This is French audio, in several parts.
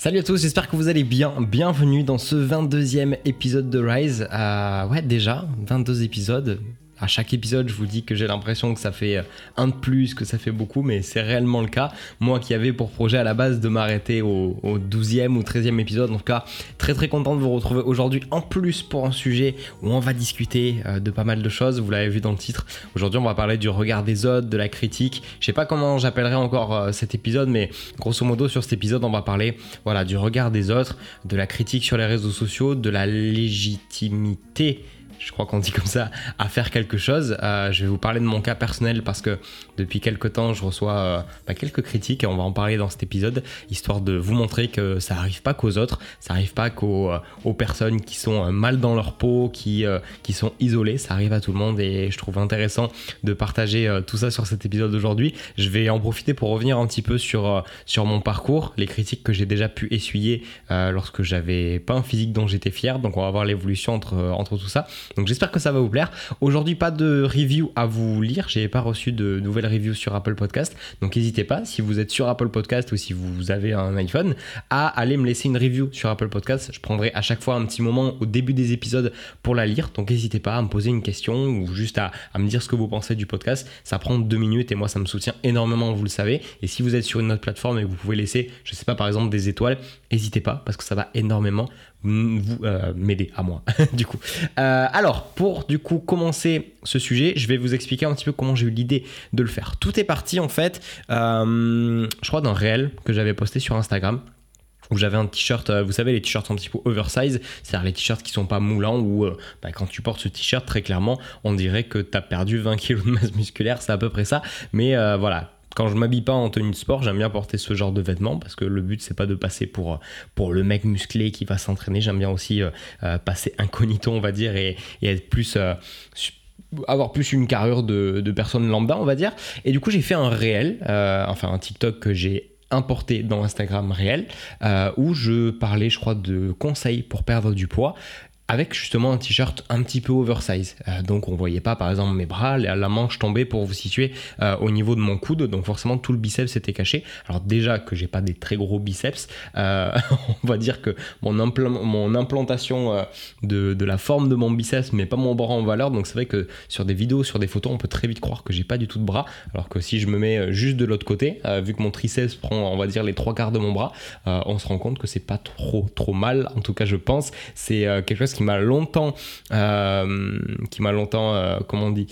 Salut à tous, j'espère que vous allez bien. Bienvenue dans ce 22e épisode de Rise. Déjà, 22 épisodes. À chaque épisode, je vous dis que j'ai l'impression que ça fait un de plus, que ça fait beaucoup, mais c'est réellement le cas. Moi qui avais pour projet à la base de m'arrêter au 12e ou 13e épisode, en tout cas, très très content de vous retrouver aujourd'hui en plus pour un sujet où on va discuter de pas mal de choses. Vous l'avez vu dans le titre. Aujourd'hui, on va parler du regard des autres, de la critique. Je sais pas comment j'appellerai encore cet épisode, mais grosso modo, sur cet épisode, on va parler du regard des autres, de la critique sur les réseaux sociaux, de la légitimité, je crois qu'on dit comme ça, à faire quelque chose. Je vais vous parler de mon cas personnel parce que depuis quelques temps, je reçois quelques critiques et on va en parler dans cet épisode, histoire de vous montrer que ça n'arrive pas qu'aux autres, ça n'arrive pas qu'aux personnes qui sont mal dans leur peau, qui sont isolées, ça arrive à tout le monde et je trouve intéressant de partager tout ça sur cet épisode d'aujourd'hui. Je vais en profiter pour revenir un petit peu sur mon parcours, les critiques que j'ai déjà pu essuyer lorsque j'avais pas un physique dont j'étais fier, donc on va voir l'évolution entre tout ça. Donc j'espère que ça va vous plaire. Aujourd'hui, pas de review à vous lire. J'ai pas reçu de nouvelles reviews sur Apple Podcast. Donc n'hésitez pas, si vous êtes sur Apple Podcast ou si vous avez un iPhone, à aller me laisser une review sur Apple Podcast. Je prendrai à chaque fois un petit moment au début des épisodes pour la lire. Donc n'hésitez pas à me poser une question ou juste à me dire ce que vous pensez du podcast. Ça prend 2 minutes et moi ça me soutient énormément, vous le savez. Et si vous êtes sur une autre plateforme et que vous pouvez laisser, je sais pas, par exemple des étoiles, n'hésitez pas parce que ça va énormément m'aider à moi du coup. Alors pour du coup commencer ce sujet, je vais vous expliquer un petit peu comment j'ai eu l'idée de le faire. Tout est parti en fait, je crois d'un réel que j'avais posté sur Instagram où j'avais un t-shirt, vous savez les t-shirts un petit peu oversize, c'est-à-dire les t-shirts qui sont pas moulants où quand tu portes ce t-shirt très clairement on dirait que tu as perdu 20 kg de masse musculaire, c'est à peu près ça, mais voilà. Quand je m'habille pas en tenue de sport, j'aime bien porter ce genre de vêtements parce que le but c'est pas de passer pour le mec musclé qui va s'entraîner. J'aime bien aussi passer incognito, on va dire, et être plus avoir plus une carrure de personne lambda, on va dire. Et du coup, j'ai fait un réel, un TikTok que j'ai importé dans Instagram réel, où je parlais, je crois, de conseils pour perdre du poids, avec justement un t-shirt un petit peu oversize. Donc on voyait pas par exemple mes bras, la manche tombait pour vous situer au niveau de mon coude, donc forcément tout le biceps était caché. Alors déjà que j'ai pas des très gros biceps, on va dire que mon implantation de la forme de mon biceps met pas mon bras en valeur, donc c'est vrai que sur des vidéos, sur des photos, on peut très vite croire que j'ai pas du tout de bras, alors que si je me mets juste de l'autre côté, vu que mon triceps prend on va dire les 3/4 de mon bras, on se rend compte que c'est pas trop mal, en tout cas je pense, c'est quelque chose qui m'a longtemps comment on dit,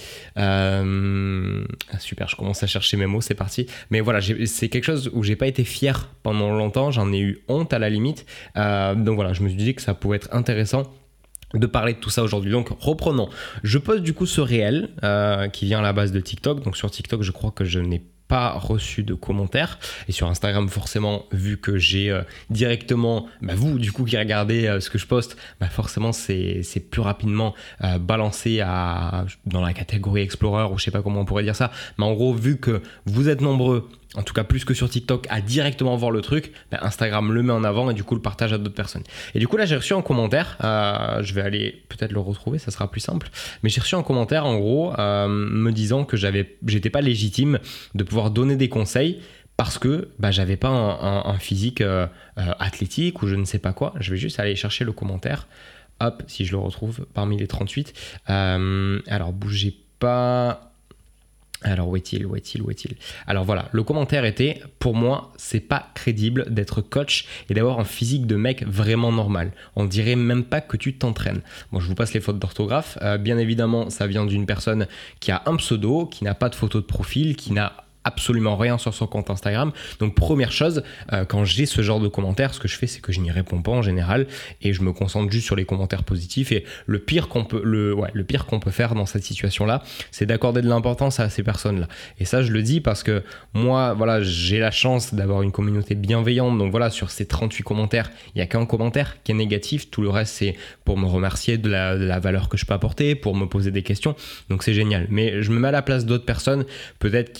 super, je commence à chercher mes mots, c'est parti, mais voilà, c'est quelque chose où j'ai pas été fier pendant longtemps, j'en ai eu honte à la limite, donc voilà, je me suis dit que ça pouvait être intéressant de parler de tout ça aujourd'hui. Donc reprenons, je poste du coup ce réel qui vient à la base de TikTok, donc sur TikTok je crois que je n'ai pas reçu de commentaires, et sur Instagram forcément, vu que j'ai directement vous du coup qui regardez ce que je poste, forcément c'est plus rapidement balancé dans la catégorie Explorer, ou je sais pas comment on pourrait dire ça, mais en gros vu que vous êtes nombreux, en tout cas plus que sur TikTok, à directement voir le truc, Instagram le met en avant et du coup le partage à d'autres personnes. Et du coup là j'ai reçu un commentaire, je vais aller peut-être le retrouver, ça sera plus simple, mais j'ai reçu un commentaire en gros me disant que j'étais pas légitime de pouvoir donner des conseils parce que j'avais pas un physique athlétique ou je ne sais pas quoi. Je vais juste aller chercher le commentaire, hop, si je le retrouve parmi les 38. Alors bougez pas. Alors où est-il ? Alors voilà, le commentaire était: pour moi, c'est pas crédible d'être coach et d'avoir un physique de mec vraiment normal. On dirait même pas que tu t'entraînes. Bon, je vous passe les fautes d'orthographe. Bien évidemment, ça vient d'une personne qui a un pseudo, qui n'a pas de photo de profil, qui n'a absolument rien sur son compte Instagram. Donc première chose, quand j'ai ce genre de commentaires, ce que je fais, c'est que je n'y réponds pas en général et je me concentre juste sur les commentaires positifs. Et le pire qu'on peut faire dans cette situation-là, c'est d'accorder de l'importance à ces personnes-là. Et ça, je le dis parce que moi, voilà, j'ai la chance d'avoir une communauté bienveillante. Donc voilà, sur ces 38 commentaires, il n'y a qu'un commentaire qui est négatif. Tout le reste, c'est pour me remercier de la valeur que je peux apporter, pour me poser des questions. Donc c'est génial. Mais je me mets à la place d'autres personnes, peut-être qui sont un petit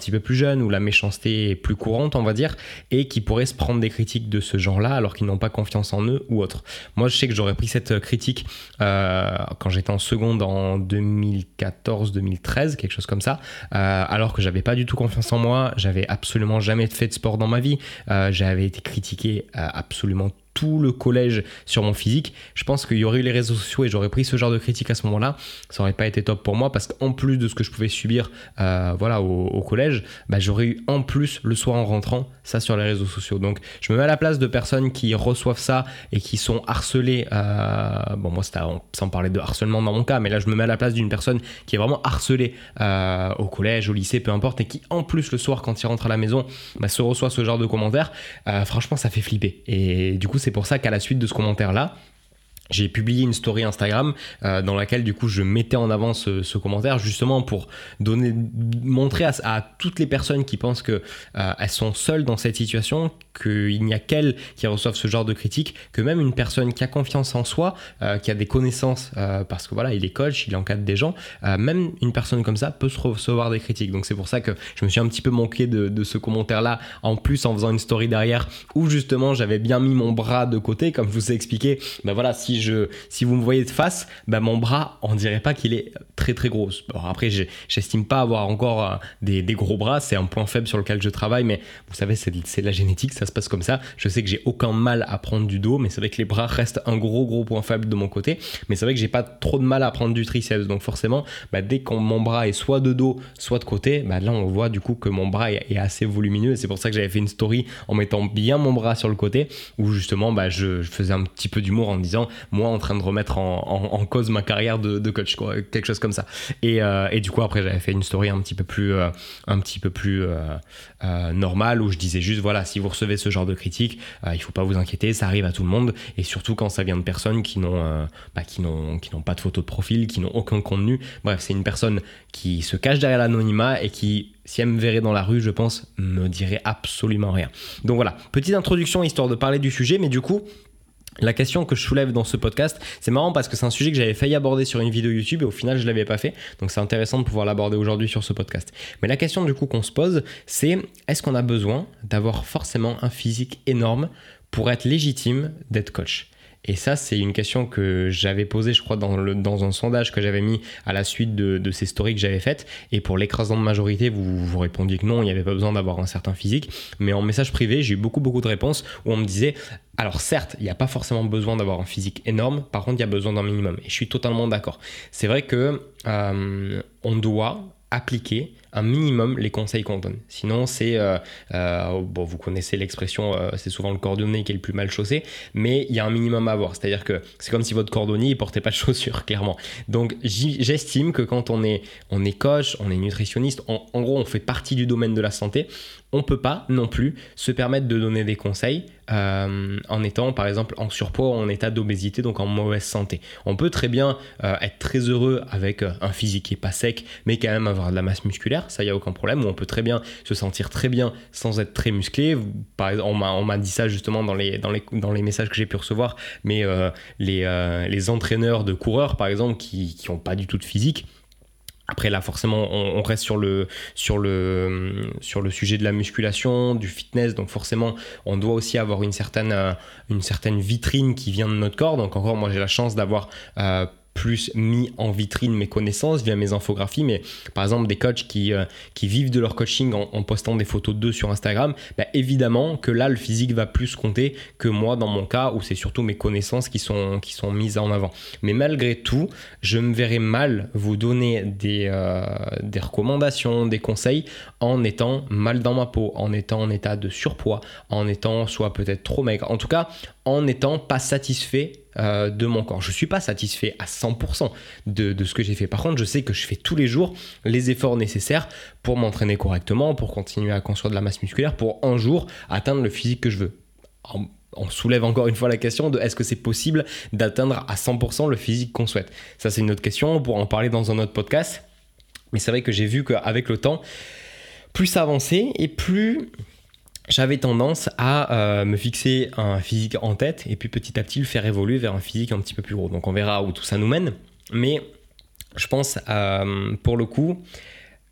petit peu plus jeunes, où la méchanceté est plus courante, on va dire, et qui pourraient se prendre des critiques de ce genre-là alors qu'ils n'ont pas confiance en eux ou autre. Moi, je sais que j'aurais pris cette critique quand j'étais en seconde en 2014-2013, quelque chose comme ça, alors que j'avais pas du tout confiance en moi, j'avais absolument jamais fait de sport dans ma vie, j'avais été critiqué absolument tout le collège sur mon physique. Je pense qu'il y aurait eu les réseaux sociaux et j'aurais pris ce genre de critique à ce moment-là, ça aurait pas été top pour moi, parce qu'en plus de ce que je pouvais subir au collège, j'aurais eu en plus le soir en rentrant ça sur les réseaux sociaux. Donc je me mets à la place de personnes qui reçoivent ça et qui sont harcelées. Moi c'était sans parler de harcèlement dans mon cas, mais là je me mets à la place d'une personne qui est vraiment harcelée au collège, au lycée, peu importe, et qui en plus le soir quand il rentre à la maison se reçoit ce genre de commentaires. Franchement ça fait flipper, et du coup c'est pour ça qu'à la suite de ce commentaire-là, j'ai publié une story Instagram dans laquelle du coup je mettais en avant ce commentaire, justement pour montrer à toutes les personnes qui pensent que elles sont seules dans cette situation, qu'il n'y a qu'elles qui reçoivent ce genre de critiques, que même une personne qui a confiance en soi, qui a des connaissances, parce que voilà, il est coach, il encadre des gens, même une personne comme ça peut se recevoir des critiques. Donc c'est pour ça que je me suis un petit peu manqué de ce commentaire-là, en plus en faisant une story derrière où justement j'avais bien mis mon bras de côté, comme je vous ai expliqué. Si vous me voyez de face, mon bras, on dirait pas qu'il est très très gros. Alors après, j'estime pas avoir encore des gros bras, c'est un point faible sur lequel je travaille, mais vous savez, c'est de la génétique, ça se passe comme ça. Je sais que j'ai aucun mal à prendre du dos, mais c'est vrai que les bras restent un gros point faible de mon côté, mais c'est vrai que j'ai pas trop de mal à prendre du triceps, donc forcément, dès que mon bras est soit de dos, soit de côté, là on voit du coup que mon bras est assez volumineux, et c'est pour ça que j'avais fait une story en mettant bien mon bras sur le côté, où justement je faisais un petit peu d'humour en disant moi en train de remettre en cause ma carrière de coach, quoi, quelque chose comme ça. Et du coup après j'avais fait une story un petit peu plus normale, où je disais juste voilà, si vous recevez ce genre de critiques, il faut pas vous inquiéter, ça arrive à tout le monde, et surtout quand ça vient de personnes qui n'ont pas de photo de profil, qui n'ont aucun contenu. Bref, c'est une personne qui se cache derrière l'anonymat et qui, si elle me verrait dans la rue, je pense, me dirait absolument rien. Donc voilà, petite introduction histoire de parler du sujet, mais du coup la question que je soulève dans ce podcast, c'est marrant parce que c'est un sujet que j'avais failli aborder sur une vidéo YouTube et au final je l'avais pas fait, donc c'est intéressant de pouvoir l'aborder aujourd'hui sur ce podcast. Mais la question du coup qu'on se pose, c'est est-ce qu'on a besoin d'avoir forcément un physique énorme pour être légitime d'être coach ? Et ça, c'est une question que j'avais posée, je crois, dans un sondage que j'avais mis à la suite de ces stories que j'avais faites. Et pour l'écrasante majorité, vous répondiez que non, il n'y avait pas besoin d'avoir un certain physique. Mais en message privé, j'ai eu beaucoup de réponses où on me disait alors certes, il n'y a pas forcément besoin d'avoir un physique énorme, par contre, il y a besoin d'un minimum. Et je suis totalement d'accord. C'est vrai que on doit appliquer un minimum les conseils qu'on donne. Sinon, c'est... vous connaissez l'expression, c'est souvent le cordonnier qui est le plus mal chaussé, mais il y a un minimum à avoir. C'est-à-dire que c'est comme si votre cordonnier ne portait pas de chaussures, clairement. Donc, j'estime que quand on est coach, on est nutritionniste, en gros, on fait partie du domaine de la santé, on ne peut pas non plus se permettre de donner des conseils en étant, par exemple, en surpoids ou en état d'obésité, donc en mauvaise santé. On peut très bien être très heureux avec un physique qui n'est pas sec, mais quand même avoir de la masse musculaire, ça, il n'y a aucun problème. Ou on peut très bien se sentir très bien sans être très musclé. Par exemple, on m'a dit ça justement dans les messages que j'ai pu recevoir, mais les entraîneurs de coureurs, par exemple, qui n'ont pas du tout de physique. Après là forcément on reste sur le sujet de la musculation, du fitness, donc forcément on doit aussi avoir une certaine vitrine qui vient de notre corps. Donc encore moi j'ai la chance d'avoir plus mis en vitrine mes connaissances via mes infographies, mais par exemple des coachs qui vivent de leur coaching en postant des photos d'eux sur Instagram, évidemment que là le physique va plus compter que moi dans mon cas où c'est surtout mes connaissances qui sont mises en avant. Mais malgré tout, je me verrais mal vous donner des recommandations, des conseils en étant mal dans ma peau, en étant en état de surpoids, en étant soit peut-être trop maigre, en tout cas en n'étant pas satisfait de mon corps. Je ne suis pas satisfait à 100% de ce que j'ai fait. Par contre, je sais que je fais tous les jours les efforts nécessaires pour m'entraîner correctement, pour continuer à construire de la masse musculaire, pour un jour atteindre le physique que je veux. On soulève encore une fois la question de est-ce que c'est possible d'atteindre à 100% le physique qu'on souhaite. Ça, c'est une autre question, on pourra en parler dans un autre podcast. Mais c'est vrai que j'ai vu qu'avec le temps, plus ça avançait et plus j'avais tendance à me fixer un physique en tête et puis petit à petit le faire évoluer vers un physique un petit peu plus gros. Donc on verra où tout ça nous mène. Mais je pense pour le coup,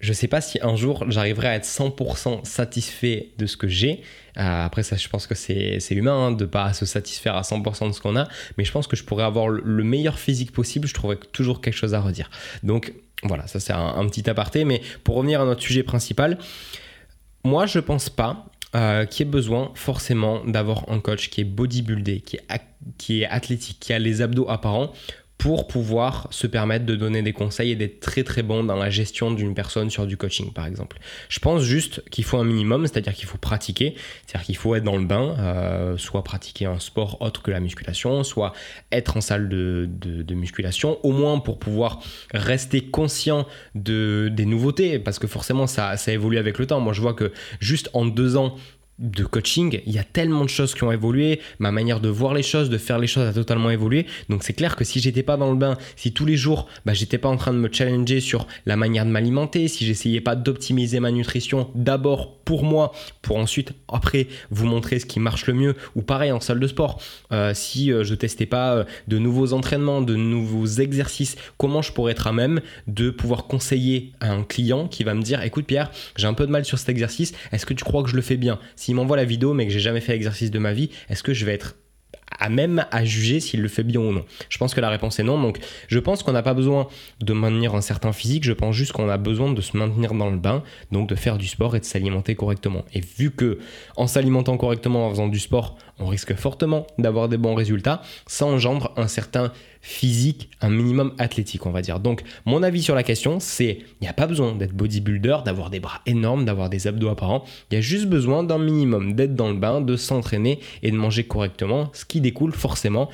je sais pas si un jour j'arriverai à être 100% satisfait de ce que j'ai. Après ça, je pense que c'est humain de pas se satisfaire à 100% de ce qu'on a, mais je pense que je pourrais avoir le meilleur physique possible, je trouverais toujours quelque chose à redire. Donc voilà, ça c'est un petit aparté, mais pour revenir à notre sujet principal, moi je pense pas qu'il y ait besoin forcément d'avoir un coach qui est bodybuildé, qui est athlétique, qui a les abdos apparents, pour pouvoir se permettre de donner des conseils et d'être très très bon dans la gestion d'une personne sur du coaching par exemple. Je pense juste qu'il faut un minimum, c'est-à-dire qu'il faut pratiquer, c'est-à-dire qu'il faut être dans le bain, soit pratiquer un sport autre que la musculation, soit être en salle de musculation, au moins pour pouvoir rester conscient des nouveautés, parce que forcément ça évolue avec le temps. Moi je vois que juste en 2 ans de coaching, il y a tellement de choses qui ont évolué, ma manière de voir les choses, de faire les choses a totalement évolué, donc c'est clair que si j'étais pas dans le bain, si tous les jours j'étais pas en train de me challenger sur la manière de m'alimenter, si j'essayais pas d'optimiser ma nutrition d'abord pour moi, pour ensuite après vous montrer ce qui marche le mieux, ou pareil en salle de sport, si je testais pas de nouveaux entraînements, de nouveaux exercices, comment je pourrais être à même de pouvoir conseiller à un client qui va me dire écoute Pierre, j'ai un peu de mal sur cet exercice, est-ce que tu crois que je le fais bien? S'il m'envoie la vidéo mais que j'ai jamais fait l'exercice de ma vie, est-ce que je vais être à même à juger s'il le fait bien ou non? Je pense que la réponse est non. Donc je pense qu'on n'a pas besoin de maintenir un certain physique, je pense juste qu'on a besoin de se maintenir dans le bain, donc de faire du sport et de s'alimenter correctement. Et vu que en s'alimentant correctement, en faisant du sport, on risque fortement d'avoir des bons résultats, ça engendre un certain physique, un minimum athlétique on va dire. Donc mon avis sur la question c'est, il n'y a pas besoin d'être bodybuilder, d'avoir des bras énormes, d'avoir des abdos apparents, il y a juste besoin d'un minimum, d'être dans le bain, de s'entraîner et de manger correctement, ce qui découle forcément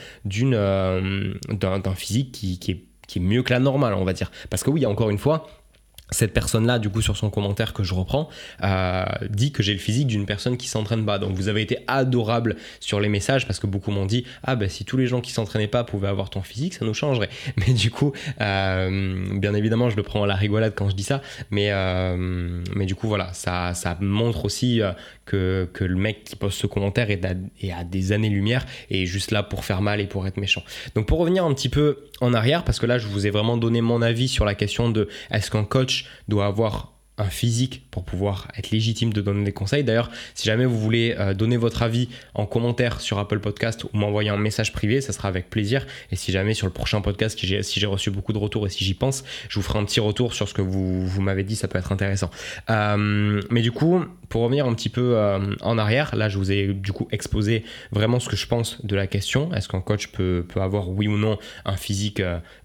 d'un physique qui est mieux que la normale on va dire. Parce que oui, encore une fois, cette personne-là, du coup, sur son commentaire que je reprends, dit que j'ai le physique d'une personne qui s'entraîne pas. Donc, vous avez été adorable sur les messages parce que beaucoup m'ont dit « Ah, ben, si tous les gens qui s'entraînaient pas pouvaient avoir ton physique, ça nous changerait. » Mais du coup, bien évidemment, je le prends à la rigolade quand je dis ça. Mais du coup, voilà, ça montre aussi que le mec qui poste ce commentaire est à des années-lumière et est juste là pour faire mal et pour être méchant. Donc, pour revenir un petit peu en arrière, parce que là, je vous ai vraiment donné mon avis sur la question de est-ce qu'un coach doit avoir un physique pour pouvoir être légitime de donner des conseils. D'ailleurs, si jamais vous voulez donner votre avis en commentaire sur Apple Podcast ou m'envoyer un message privé, ça sera avec plaisir. Et si jamais sur le prochain podcast, si j'ai reçu beaucoup de retours et si j'y pense, je vous ferai un petit retour sur ce que vous m'avez dit, ça peut être intéressant. Mais du coup, pour revenir un petit peu en arrière, là je vous ai du coup exposé vraiment ce que je pense de la question. Est-ce qu'un coach peut avoir oui ou non un physique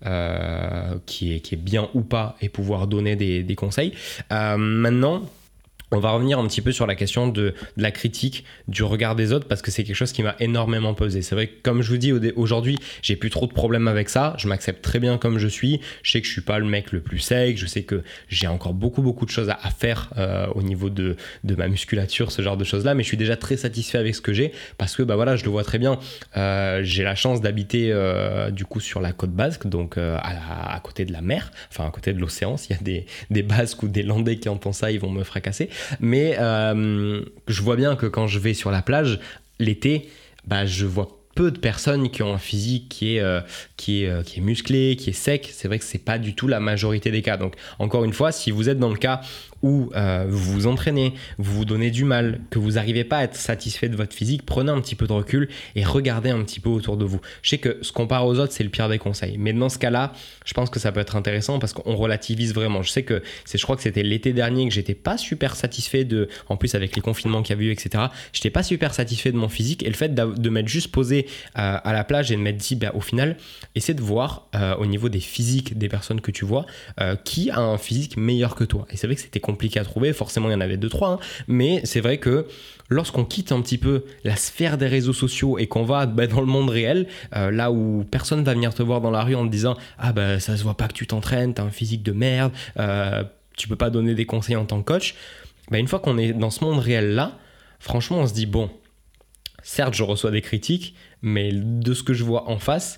qui est bien ou pas et pouvoir donner des conseils. Maintenant, on va revenir un petit peu sur la question de la critique, du regard des autres, parce que c'est quelque chose qui m'a énormément pesé. C'est vrai que comme je vous dis aujourd'hui, j'ai plus trop de problèmes avec ça. Je m'accepte très bien comme je suis. Je sais que je suis pas le mec le plus sec. Je sais que j'ai encore beaucoup de choses à faire au niveau de ma musculature, ce genre de choses-là. Mais je suis déjà très satisfait avec ce que j'ai parce que voilà, je le vois très bien. J'ai la chance d'habiter du coup sur la côte basque, donc à côté de la mer, enfin à côté de l'océan. S'il y a des Basques ou des Landais qui entendent ça, ils vont me fracasser. Mais je vois bien que quand je vais sur la plage l'été, je vois peu de personnes qui ont un physique qui est musclé, qui est sec. C'est vrai que c'est pas du tout la majorité des cas. Donc encore une fois, si vous êtes dans le cas où vous vous entraînez, vous vous donnez du mal, que vous n'arrivez pas à être satisfait de votre physique, prenez un petit peu de recul et regardez un petit peu autour de vous. Je sais que se comparer aux autres, c'est le pire des conseils. Mais dans ce cas-là, je pense que ça peut être intéressant parce qu'on relativise vraiment. Je sais que je crois que c'était l'été dernier que j'étais pas super satisfait en plus avec les confinements qu'il y avait eu, etc. J'étais pas super satisfait de mon physique et le fait de m'être juste posé à la plage et de m'être dit, au final, essaie de voir au niveau des physiques des personnes que tu vois, qui a un physique meilleur que toi. Et c'est vrai que c'était compliqué à trouver, forcément il y en avait 2-3, mais c'est vrai que lorsqu'on quitte un petit peu la sphère des réseaux sociaux et qu'on va dans le monde réel, là où personne va venir te voir dans la rue en te disant ça se voit pas que tu t'entraînes, t'as un physique de merde, tu peux pas donner des conseils en tant que coach, une fois qu'on est dans ce monde réel là, franchement on se dit bon, certes je reçois des critiques, mais de ce que je vois en face,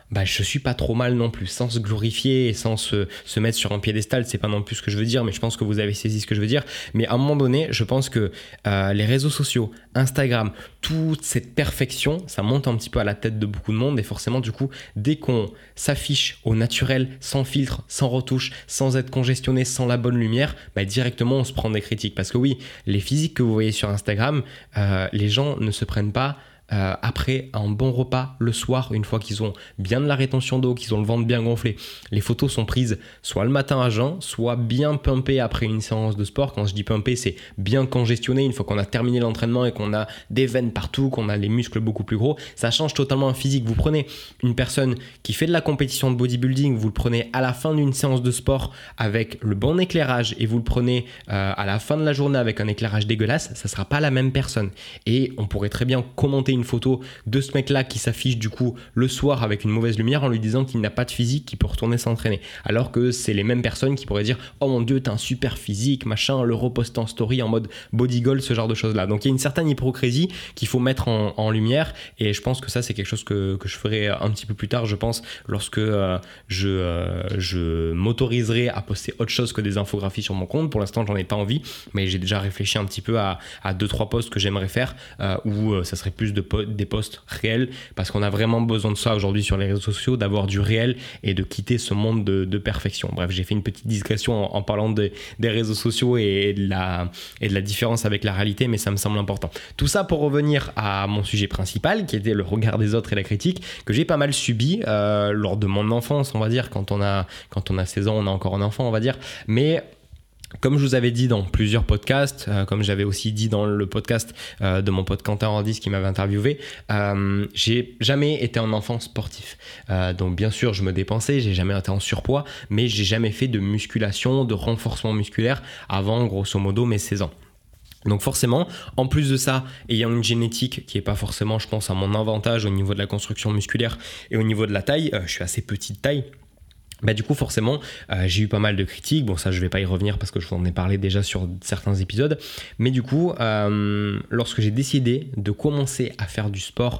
je suis pas trop mal non plus, sans se glorifier et sans se mettre sur un piédestal, c'est pas non plus ce que je veux dire, mais je pense que vous avez saisi ce que je veux dire. Mais à un moment donné, je pense que les réseaux sociaux, Instagram, toute cette perfection, ça monte un petit peu à la tête de beaucoup de monde, et forcément du coup, dès qu'on s'affiche au naturel, sans filtre, sans retouche, sans être congestionné, sans la bonne lumière, directement on se prend des critiques. Parce que oui, les physiques que vous voyez sur Instagram, les gens ne se prennent pas après un bon repas le soir, une fois qu'ils ont bien de la rétention d'eau, qu'ils ont le ventre bien gonflé. Les photos sont prises soit le matin à jeun, soit bien pumpées après une séance de sport. Quand je dis pumpé, c'est bien congestionné une fois qu'on a terminé l'entraînement et qu'on a des veines partout, qu'on a les muscles beaucoup plus gros. Ça change totalement un physique. Vous prenez une personne qui fait de la compétition de bodybuilding, vous le prenez à la fin d'une séance de sport avec le bon éclairage et vous le prenez à la fin de la journée avec un éclairage dégueulasse, ça sera pas la même personne. Et on pourrait très bien commenter une photo de ce mec là qui s'affiche du coup le soir avec une mauvaise lumière en lui disant qu'il n'a pas de physique, qu'il peut retourner s'entraîner, alors que c'est les mêmes personnes qui pourraient dire oh mon dieu t'as un super physique machin, le reposter en story en mode body goal, ce genre de choses là. Donc il y a une certaine hypocrisie qu'il faut mettre en lumière, et je pense que ça c'est quelque chose que je ferai un petit peu plus tard, je pense, lorsque je m'autoriserai à poster autre chose que des infographies sur mon compte. Pour l'instant j'en ai pas envie, mais j'ai déjà réfléchi un petit peu à 2-3 posts que j'aimerais faire où ça serait plus des posts réels, parce qu'on a vraiment besoin de ça aujourd'hui sur les réseaux sociaux, d'avoir du réel et de quitter ce monde de perfection. Bref, j'ai fait une petite digression en parlant des réseaux sociaux et de la différence avec la réalité, mais ça me semble important. Tout ça pour revenir à mon sujet principal, qui était le regard des autres et la critique, que j'ai pas mal subi lors de mon enfance, on va dire. Quand on a 16 ans, on a encore un enfant, on va dire. Mais comme je vous avais dit dans plusieurs podcasts, comme j'avais aussi dit dans le podcast de mon pote Quentin Randis qui m'avait interviewé, j'ai jamais été un enfant sportif. Donc bien sûr, je me dépensais, j'ai jamais été en surpoids, mais j'ai jamais fait de musculation, de renforcement musculaire avant grosso modo mes 16 ans. Donc forcément, en plus de ça, ayant une génétique qui n'est pas forcément, je pense, à mon avantage au niveau de la construction musculaire et au niveau de la taille, je suis assez petite taille. Du coup forcément j'ai eu pas mal de critiques, bon ça je vais pas y revenir parce que je vous en ai parlé déjà sur certains épisodes, mais du coup lorsque j'ai décidé de commencer à faire du sport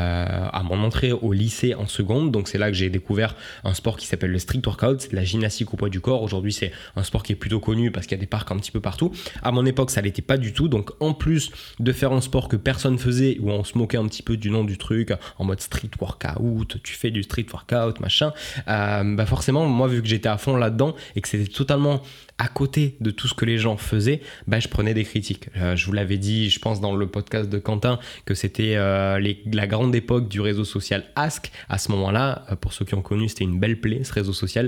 à mon entrée au lycée en seconde, donc c'est là que j'ai découvert un sport qui s'appelle le street workout, c'est de la gymnastique au poids du corps. Aujourd'hui c'est un sport qui est plutôt connu parce qu'il y a des parcs un petit peu partout. À mon époque ça l'était pas du tout, donc en plus de faire un sport que personne faisait, où on se moquait un petit peu du nom du truc en mode street workout, tu fais du street workout machin, forcément, moi, vu que j'étais à fond là-dedans et que c'était totalement à côté de tout ce que les gens faisaient, je prenais des critiques. Je vous l'avais dit, je pense, dans le podcast de Quentin, que c'était la grande époque du réseau social Ask. À ce moment-là, pour ceux qui ont connu, c'était une belle plaie, ce réseau social.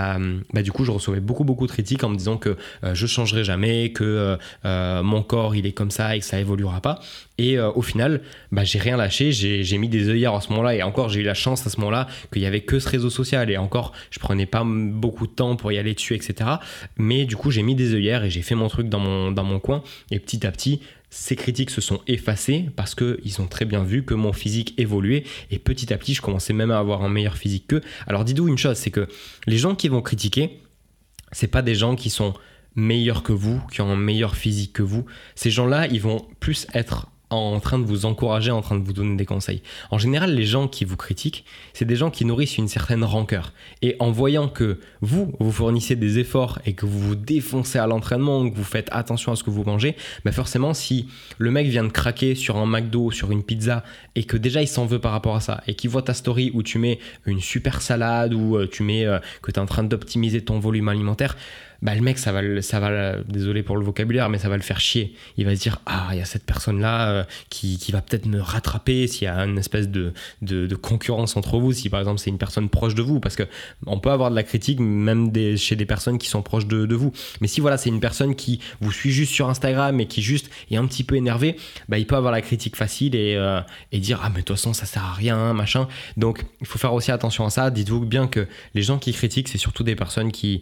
Du coup, je recevais beaucoup de critiques en me disant que je changerai jamais, que mon corps, il est comme ça et que ça évoluera pas. Et au final, j'ai rien lâché, j'ai mis des œillères à ce moment-là, et encore j'ai eu la chance à ce moment-là qu'il y avait que ce réseau social, et encore je prenais pas beaucoup de temps pour y aller dessus, etc. Mais du coup j'ai mis des œillères et j'ai fait mon truc dans mon coin, et petit à petit ces critiques se sont effacées parce qu'ils ont très bien vu que mon physique évoluait, et petit à petit je commençais même à avoir un meilleur physique qu'eux. Alors dites-vous une chose, c'est que les gens qui vont critiquer, c'est pas des gens qui sont meilleurs que vous, qui ont un meilleur physique que vous. Ces gens-là, ils vont plus être en train de vous encourager, en train de vous donner des conseils. En général, les gens qui vous critiquent, c'est des gens qui nourrissent une certaine rancœur. Et en voyant que vous fournissez des efforts et que vous vous défoncez à l'entraînement, que vous faites attention à ce que vous mangez, forcément, si le mec vient de craquer sur un McDo, sur une pizza, et que déjà il s'en veut par rapport à ça, et qu'il voit ta story où tu mets une super salade, ou tu mets que tu es en train d'optimiser ton volume alimentaire, le mec, ça va, désolé pour le vocabulaire, mais ça va le faire chier. Il va se dire, il y a cette personne-là qui va peut-être me rattraper s'il y a une espèce de concurrence entre vous, si par exemple c'est une personne proche de vous, parce que on peut avoir de la critique même chez des personnes qui sont proches de vous. Mais si voilà, c'est une personne qui vous suit juste sur Instagram et qui juste est un petit peu énervé, il peut avoir la critique facile et dire, mais de toute façon ça sert à rien, machin. Donc il faut faire aussi attention à ça. Dites-vous bien que les gens qui critiquent, c'est surtout des personnes qui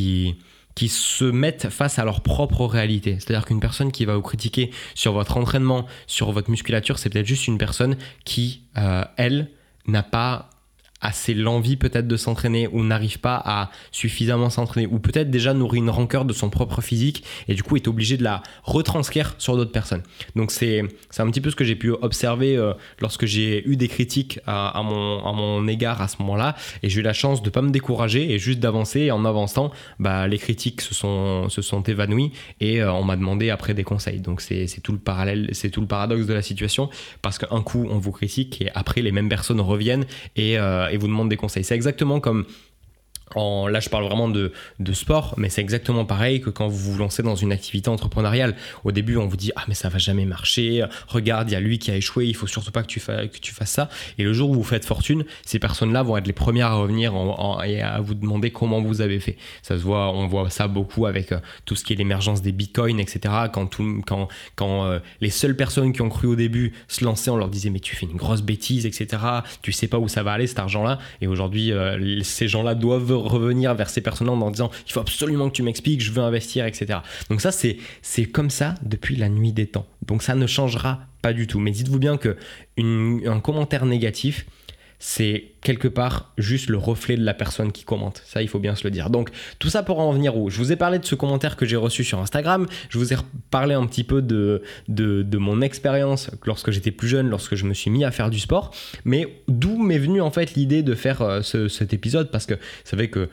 se mettent face à leur propre réalité. C'est-à-dire qu'une personne qui va vous critiquer sur votre entraînement, sur votre musculature, c'est peut-être juste une personne qui, elle, n'a pas assez l'envie peut-être de s'entraîner ou n'arrive pas à suffisamment s'entraîner ou peut-être déjà nourrit une rancœur de son propre physique et du coup est obligé de la retranscrire sur d'autres personnes. Donc c'est un petit peu ce que j'ai pu observer lorsque j'ai eu des critiques à mon égard à ce moment-là, et j'ai eu la chance de pas me décourager et juste d'avancer, et en avançant les critiques se sont évanouies et on m'a demandé après des conseils. Donc c'est tout le parallèle, c'est tout le paradoxe de la situation, parce qu'un coup on vous critique et après les mêmes personnes reviennent et vous demandent des conseils. C'est exactement comme là je parle vraiment de sport, mais c'est exactement pareil que quand vous vous lancez dans une activité entrepreneuriale. Au début on vous dit mais ça va jamais marcher, regarde il y a lui qui a échoué, il faut surtout pas que tu fasses ça, et le jour où vous faites fortune, ces personnes là vont être les premières à revenir et à vous demander comment vous avez fait. Ça se voit, on voit ça beaucoup avec tout ce qui est l'émergence des bitcoins, etc. Quand les seules personnes qui ont cru au début se lançaient, on leur disait mais tu fais une grosse bêtise, etc. Tu sais pas où ça va aller cet argent là, et aujourd'hui ces gens là doivent revenir vers ces personnes-là en disant il faut absolument que tu m'expliques, je veux investir, etc. Donc ça c'est comme ça depuis la nuit des temps, donc ça ne changera pas du tout. Mais dites-vous bien que un commentaire négatif, c'est quelque part juste le reflet de la personne qui commente. Ça, il faut bien se le dire. Donc, tout ça pour en venir où je vous ai parlé de ce commentaire que j'ai reçu sur Instagram. Je vous ai parlé un petit peu de mon expérience lorsque j'étais plus jeune, lorsque je me suis mis à faire du sport. Mais d'où m'est venue en fait l'idée de faire cet épisode, parce que vous savez que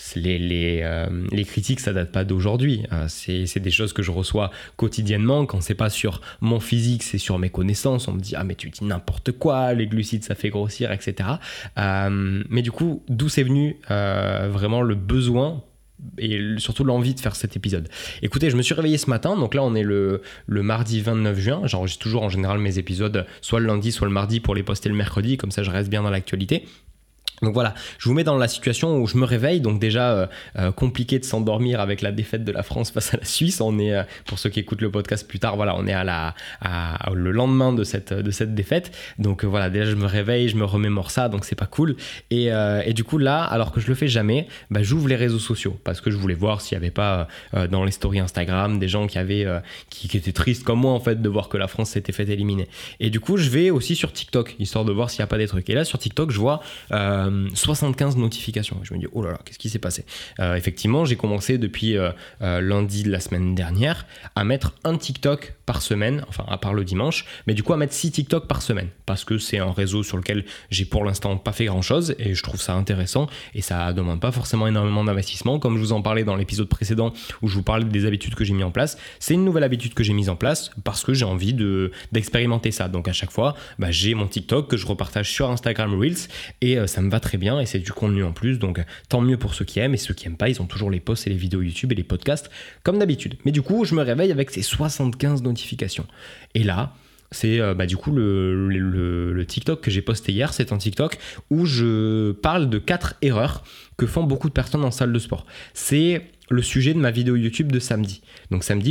les critiques, ça date pas d'aujourd'hui. C'est des choses que je reçois quotidiennement. Quand c'est pas sur mon physique, c'est sur mes connaissances. On me dit mais tu dis n'importe quoi, les glucides ça fait grossir, etc. Mais du coup, d'où c'est venu vraiment le besoin et surtout l'envie de faire cet épisode. Écoutez, je me suis réveillé ce matin, donc là on est le mardi 29 juin. J'enregistre toujours en général mes épisodes soit le lundi, soit le mardi pour les poster le mercredi, comme ça je reste bien dans l'actualité. Donc voilà, je vous mets dans la situation où je me réveille, donc déjà compliqué de s'endormir avec la défaite de la France face à la Suisse. On est, pour ceux qui écoutent le podcast plus tard, voilà, on est le lendemain de cette défaite. Donc voilà, déjà je me réveille, je me remémore ça, donc c'est pas cool. Et du coup là, alors que je le fais jamais, j'ouvre les réseaux sociaux parce que je voulais voir s'il y avait pas dans les stories Instagram des gens qui étaient tristes comme moi en fait de voir que la France s'était fait éliminer. Et du coup je vais aussi sur TikTok histoire de voir s'il y a pas des trucs. Et là sur TikTok je vois 75 notifications. Je me dis, oh là là, qu'est-ce qui s'est passé ? Effectivement, j'ai commencé depuis lundi de la semaine dernière à mettre un TikTok par semaine, enfin à part le dimanche, mais du coup à mettre 6 TikTok par semaine, parce que c'est un réseau sur lequel j'ai pour l'instant pas fait grand-chose et je trouve ça intéressant et ça demande pas forcément énormément d'investissement. Comme je vous en parlais dans l'épisode précédent où je vous parlais des habitudes que j'ai mis en place, c'est une nouvelle habitude que j'ai mise en place parce que j'ai envie d'expérimenter ça. Donc à chaque fois, j'ai mon TikTok que je repartage sur Instagram Reels et ça me va très bien et c'est du contenu en plus, donc tant mieux pour ceux qui aiment, et ceux qui aiment pas, ils ont toujours les posts et les vidéos YouTube et les podcasts comme d'habitude. Mais du coup, je me réveille avec ces 75 notifications. Et là, c'est du coup le TikTok que j'ai posté hier, c'est un TikTok où je parle de 4 erreurs que font beaucoup de personnes en salle de sport. C'est le sujet de ma vidéo YouTube de samedi. Donc samedi,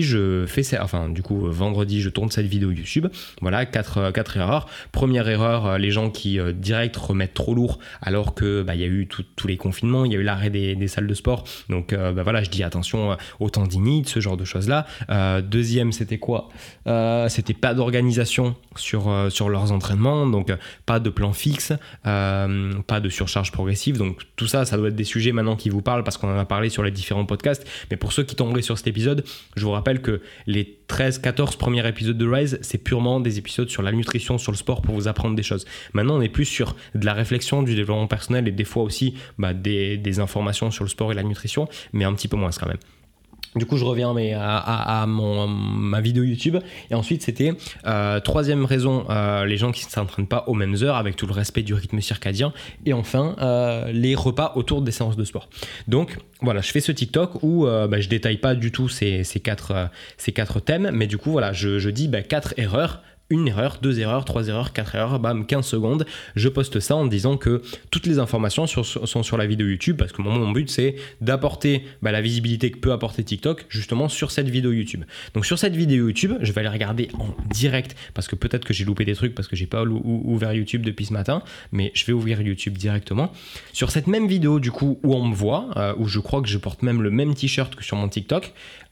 vendredi, je tourne cette vidéo YouTube. Voilà, 4 erreurs. Première erreur, les gens qui direct remettent trop lourd alors que il y a eu tous les confinements, il y a eu l'arrêt des salles de sport. Donc voilà, je dis attention aux tendinites, ce genre de choses-là. Deuxième, c'était quoi ? C'était pas d'organisation sur leurs entraînements, donc pas de plan fixe, pas de surcharge progressive. Donc tout ça, ça doit être des sujets maintenant qui vous parlent parce qu'on en a parlé sur les différents podcasts. Mais pour ceux qui tomberaient sur cet épisode, je vous rappelle que les 13-14 premiers épisodes de Rise, c'est purement des épisodes sur la nutrition, sur le sport pour vous apprendre des choses. Maintenant, on est plus sur de la réflexion, du développement personnel et des fois aussi des informations sur le sport et la nutrition, mais un petit peu moins quand même. Du coup, je reviens à ma vidéo YouTube. Et ensuite, c'était troisième raison, les gens qui ne s'entraînent pas aux mêmes heures avec tout le respect du rythme circadien. Et enfin, les repas autour des séances de sport. Donc, voilà, je fais ce TikTok où je détaille pas du tout ces quatre thèmes. Mais du coup, voilà, je dis 4 erreurs. 1 erreur, 2 erreurs, 3 erreurs, 4 erreurs, 15 secondes. Je poste ça en disant que toutes les informations sont sur la vidéo YouTube parce que mon but c'est d'apporter la visibilité que peut apporter TikTok justement sur cette vidéo YouTube. Donc sur cette vidéo YouTube, je vais aller regarder en direct parce que peut-être que j'ai loupé des trucs parce que j'ai pas ouvert YouTube depuis ce matin, mais je vais ouvrir YouTube directement. Sur cette même vidéo du coup où on me voit, où je crois que je porte même le même t-shirt que sur mon TikTok,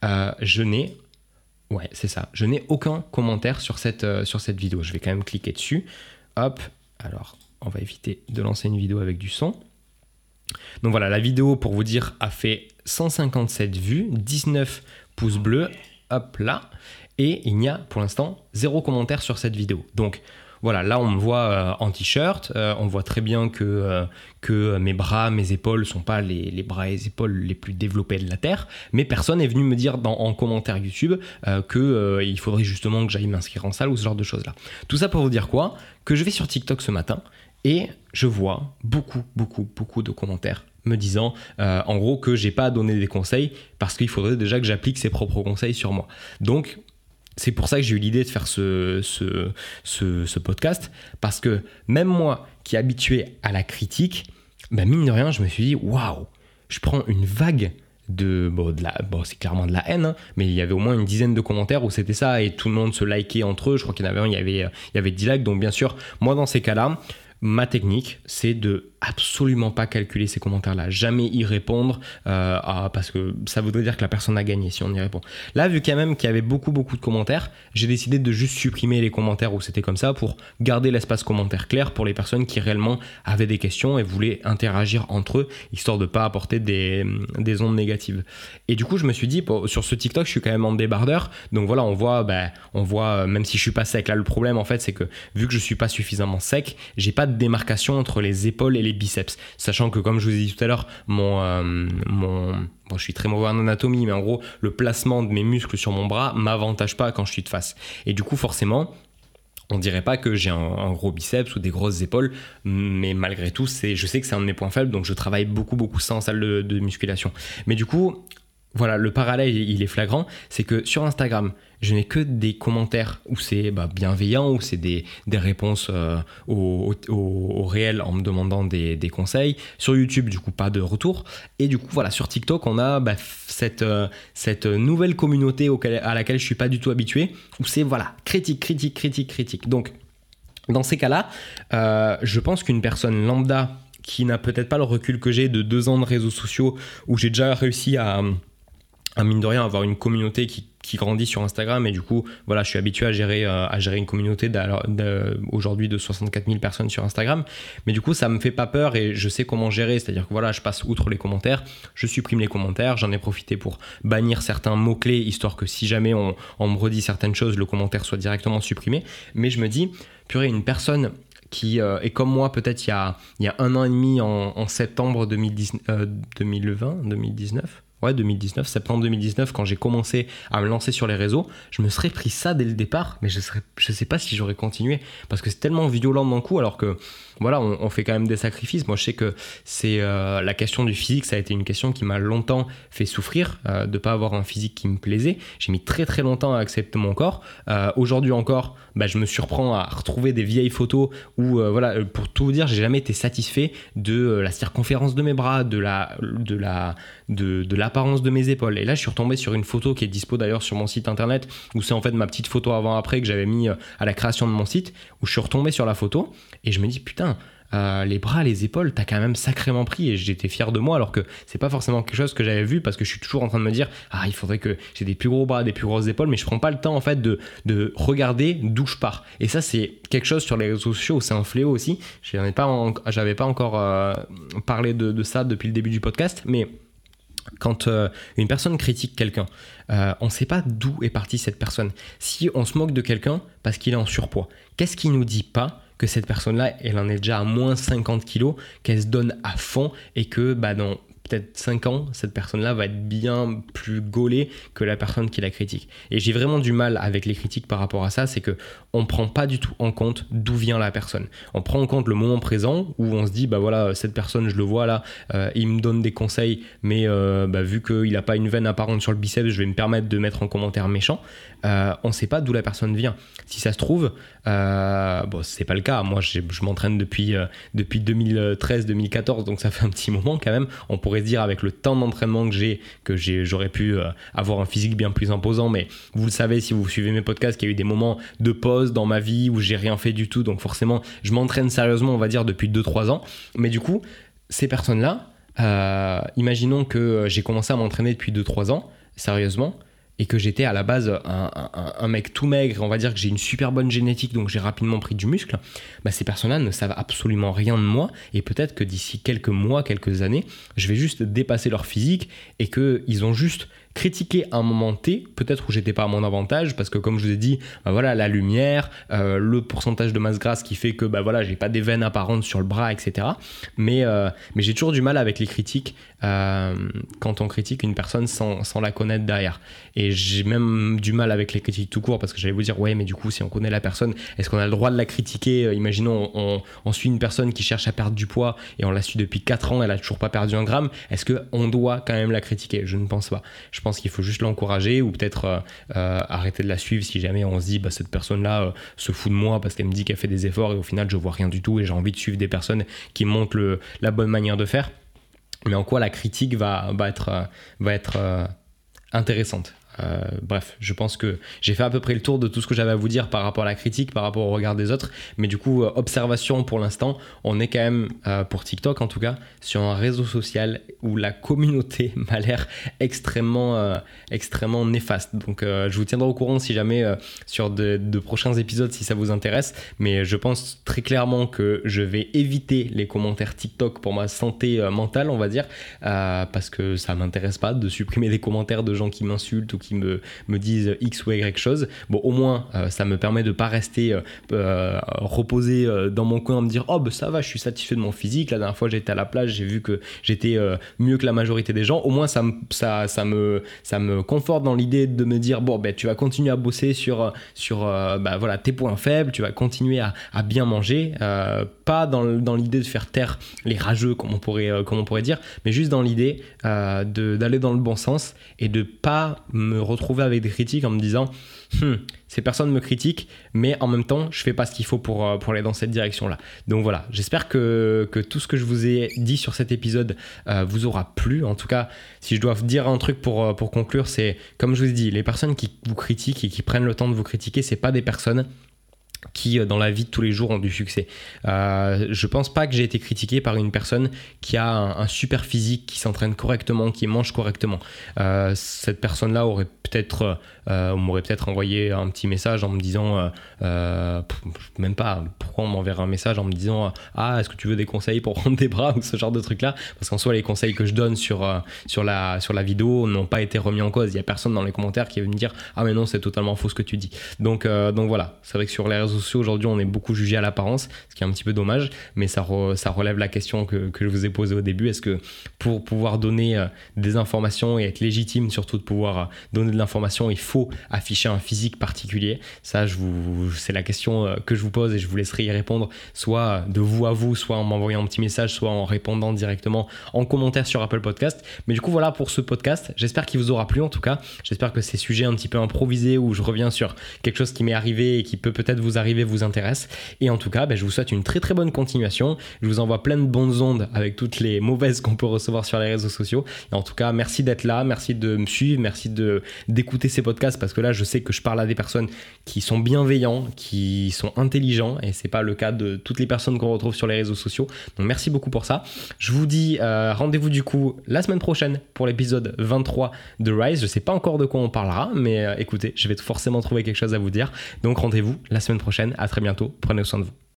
Ouais, c'est ça. Je n'ai aucun commentaire sur cette vidéo. Je vais quand même cliquer dessus. Hop. Alors, on va éviter de lancer une vidéo avec du son. Donc voilà, la vidéo, pour vous dire, a fait 157 vues, 19 pouces bleus, hop là, et il n'y a pour l'instant 0 commentaire sur cette vidéo. Donc voilà, là on me voit en t-shirt, on voit très bien que mes bras, mes épaules ne sont pas les bras et les épaules les plus développés de la Terre, mais personne n'est venu me dire en commentaire YouTube qu'il faudrait justement que j'aille m'inscrire en salle ou ce genre de choses-là. Tout ça pour vous dire quoi ? Que je vais sur TikTok ce matin et je vois beaucoup de commentaires me disant en gros que j'ai pas à donner des conseils parce qu'il faudrait déjà que j'applique ses propres conseils sur moi. Donc c'est pour ça que j'ai eu l'idée de faire ce podcast, parce que même moi qui est habitué à la critique, mine de rien, je me suis dit waouh, je prends une vague c'est clairement de la haine, hein, mais il y avait au moins une dizaine de commentaires où c'était ça et tout le monde se likait entre eux. Je crois qu'il y en avait un, il y avait 10 likes. Donc bien sûr, moi dans ces cas-là, ma technique, c'est de absolument pas calculer ces commentaires-là, jamais y répondre, parce que ça voudrait dire que la personne a gagné si on y répond. Là, vu quand même qu'il y avait beaucoup de commentaires, j'ai décidé de juste supprimer les commentaires où c'était comme ça pour garder l'espace commentaire clair pour les personnes qui réellement avaient des questions et voulaient interagir entre eux, histoire de pas apporter des ondes négatives. Et du coup, je me suis dit, sur ce TikTok, je suis quand même en débardeur, donc voilà, on voit, même si je suis pas sec, là le problème en fait, c'est que vu que je suis pas suffisamment sec, j'ai pas de démarcation entre les épaules et les biceps, sachant que comme je vous ai dit tout à l'heure, je suis très mauvais en anatomie, mais en gros le placement de mes muscles sur mon bras m'avantage pas quand je suis de face, et du coup forcément on dirait pas que j'ai un gros biceps ou des grosses épaules, mais malgré tout je sais que c'est un de mes points faibles, donc je travaille beaucoup ça en salle de musculation. Mais du coup voilà, le parallèle il est flagrant, c'est que sur Instagram je n'ai que des commentaires où c'est bienveillant, où c'est des réponses au réel en me demandant des conseils. Sur YouTube, du coup, pas de retour. Et du coup, voilà, sur TikTok, on a cette nouvelle communauté à laquelle je ne suis pas du tout habitué, où c'est voilà, critique. Donc, dans ces cas-là, je pense qu'une personne lambda qui n'a peut-être pas le recul que j'ai de 2 ans de réseaux sociaux, où j'ai déjà réussi à mine de rien avoir une communauté qui grandit sur Instagram, et du coup voilà, je suis habitué à gérer une communauté aujourd'hui de 64 000 personnes sur Instagram, mais du coup ça me fait pas peur et je sais comment gérer, c'est-à-dire que voilà, je passe outre les commentaires, je supprime les commentaires, j'en ai profité pour bannir certains mots-clés, histoire que si jamais on me redit certaines choses, le commentaire soit directement supprimé. Mais je me dis, purée, une personne qui est comme moi peut-être il y a 1 an et demi, en septembre 2019, septembre 2019, quand j'ai commencé à me lancer sur les réseaux, je me serais pris ça dès le départ, mais je sais pas si j'aurais continué, parce que c'est tellement violent d'un coup, alors que voilà, on fait quand même des sacrifices. Moi je sais que c'est la question du physique, ça a été une question qui m'a longtemps fait souffrir, de pas avoir un physique qui me plaisait. J'ai mis très longtemps à accepter mon corps. Aujourd'hui encore, je me surprends à retrouver des vieilles photos où voilà, pour tout vous dire, j'ai jamais été satisfait de la circonférence de mes bras, de l'apparence de mes épaules. Et là je suis retombé sur une photo qui est dispo d'ailleurs sur mon site internet, où c'est en fait ma petite photo avant-après que j'avais mis à la création de mon site, où je suis retombé sur la photo et je me dis putain, les bras, les épaules, t'as quand même sacrément pris, et j'étais fier de moi, alors que c'est pas forcément quelque chose que j'avais vu, parce que je suis toujours en train de me dire il faudrait que j'ai des plus gros bras, des plus grosses épaules, mais je prends pas le temps en fait de regarder d'où je pars. Et ça c'est quelque chose sur les réseaux sociaux où c'est un fléau aussi. J'avais pas encore parlé de ça depuis le début du podcast, mais quand une personne critique quelqu'un, on ne sait pas d'où est partie cette personne. Si on se moque de quelqu'un parce qu'il est en surpoids, qu'est-ce qui nous dit pas que cette personne-là, elle en est déjà à moins 50 kilos, qu'elle se donne à fond, et que dans peut-être 5 ans, cette personne-là va être bien plus gaulée que la personne qui la critique. Et j'ai vraiment du mal avec les critiques par rapport à ça, c'est qu'on ne prend pas du tout en compte d'où vient la personne. On prend en compte le moment présent, où on se dit, voilà, cette personne, je le vois là, il me donne des conseils, mais vu qu'il n'a pas une veine apparente sur le biceps, je vais me permettre de mettre en commentaire méchant. On ne sait pas d'où la personne vient. Si ça se trouve, c'est pas le cas. Moi, je m'entraîne depuis 2013-2014, donc ça fait un petit moment quand même. On pourrait se dire, avec le temps d'entraînement que j'aurais pu avoir un physique bien plus imposant, mais vous le savez si vous suivez mes podcasts, qu'il y a eu des moments de pause dans ma vie où j'ai rien fait du tout, donc forcément je m'entraîne sérieusement, on va dire, depuis 2-3 ans. Mais du coup, ces personnes-là, imaginons que j'ai commencé à m'entraîner depuis 2-3 ans, sérieusement, et que j'étais à la base un mec tout maigre, on va dire que j'ai une super bonne génétique, donc j'ai rapidement pris du muscle, bah ces personnes-là ne savent absolument rien de moi, et peut-être que d'ici quelques mois, quelques années, je vais juste dépasser leur physique, et qu'ils ont juste critiqué un moment T, peut-être où j'étais pas à mon avantage, parce que comme je vous ai dit, bah voilà, la lumière, le pourcentage de masse grasse qui fait que bah voilà, j'ai pas des veines apparentes sur le bras, etc. Mais j'ai toujours du mal avec les critiques quand on critique une personne sans la connaître derrière. Et j'ai même du mal avec les critiques tout court, parce que j'allais vous dire, ouais, mais du coup, si on connaît la personne, est-ce qu'on a le droit de la critiquer? Imaginons, on suit une personne qui cherche à perdre du poids et on la suit depuis 4 ans, elle a toujours pas perdu un gramme. Est-ce qu'on doit quand même la critiquer? Je ne pense pas. Je pense qu'il faut juste l'encourager, ou peut-être arrêter de la suivre si jamais on se dit, bah, cette personne-là se fout de moi parce qu'elle me dit qu'elle fait des efforts et au final, je vois rien du tout et j'ai envie de suivre des personnes qui montrent la bonne manière de faire. Mais en quoi la critique va être intéressante. Bref, je pense que j'ai fait à peu près le tour de tout ce que j'avais à vous dire par rapport à la critique, par rapport au regard des autres, mais du coup, observation pour l'instant, on est quand même, pour TikTok en tout cas, sur un réseau social où la communauté m'a l'air extrêmement néfaste. Donc je vous tiendrai au courant si jamais sur de prochains épisodes si ça vous intéresse, mais je pense très clairement que je vais éviter les commentaires TikTok pour ma santé mentale, on va dire, parce que ça m'intéresse pas de supprimer des commentaires de gens qui m'insultent ou qui me disent X ou Y chose. Bon, au moins, ça me permet de pas rester reposé dans mon coin, me dire oh, bah ça va, je suis satisfait de mon physique. La dernière fois, j'étais à la plage, j'ai vu que j'étais mieux que la majorité des gens. Au moins, ça me conforte dans l'idée de me dire bon, ben tu vas continuer à bosser sur bah, voilà, tes points faibles, tu vas continuer à bien manger. Pas dans l'idée de faire taire les rageux, comme on pourrait dire, mais juste dans l'idée d'aller dans le bon sens et de pas me retrouver avec des critiques en me disant ces personnes me critiquent, mais en même temps je fais pas ce qu'il faut pour aller dans cette direction là. Donc voilà, j'espère que tout ce que je vous ai dit sur cet épisode vous aura plu. En tout cas, si je dois vous dire un truc pour conclure, c'est comme je vous ai dit, les personnes qui vous critiquent et qui prennent le temps de vous critiquer, c'est pas des personnes qui dans la vie de tous les jours ont du succès. Je pense pas que j'ai été critiqué par une personne qui a un super physique, qui s'entraîne correctement, qui mange correctement. Cette personne-là aurait peut-être m'aurait peut-être envoyé un petit message en me disant même pas pourquoi on m'enverrait un message en me disant est-ce que tu veux des conseils pour prendre des bras ou ce genre de trucs là, parce qu'en soi les conseils que je donne sur la vidéo n'ont pas été remis en cause. Il y a personne dans les commentaires qui veut me dire mais non, c'est totalement faux ce que tu dis. Donc voilà, c'est vrai que sur les réseaux sociaux aujourd'hui on est beaucoup jugé à l'apparence, ce qui est un petit peu dommage, mais ça relève la question que je vous ai posée au début. Est-ce que pour pouvoir donner des informations et être légitime, surtout de pouvoir donner de l'information, il faut afficher un physique particulier? Ça, c'est la question que je vous pose et je vous laisserai y répondre, soit de vous à vous, soit en m'envoyant un petit message, soit en répondant directement en commentaire sur Apple Podcast. Mais du coup voilà pour ce podcast, j'espère qu'il vous aura plu. En tout cas, j'espère que ces sujets un petit peu improvisés où je reviens sur quelque chose qui m'est arrivé et qui peut peut-être vous arriver vous intéresse. Et en tout cas, je vous souhaite une très très bonne continuation. Je vous envoie plein de bonnes ondes avec toutes les mauvaises qu'on peut recevoir sur les réseaux sociaux. Et en tout cas, merci d'être là, merci de me suivre, merci d'écouter ces podcasts, parce que là, je sais que je parle à des personnes qui sont bienveillants, qui sont intelligents, et c'est pas le cas de toutes les personnes qu'on retrouve sur les réseaux sociaux. Donc merci beaucoup pour ça. Je vous dis rendez-vous du coup la semaine prochaine pour l'épisode 23 de Rise. Je sais pas encore de quoi on parlera, mais écoutez, je vais forcément trouver quelque chose à vous dire. Donc rendez-vous la semaine prochaine. À très bientôt. Prenez soin de vous.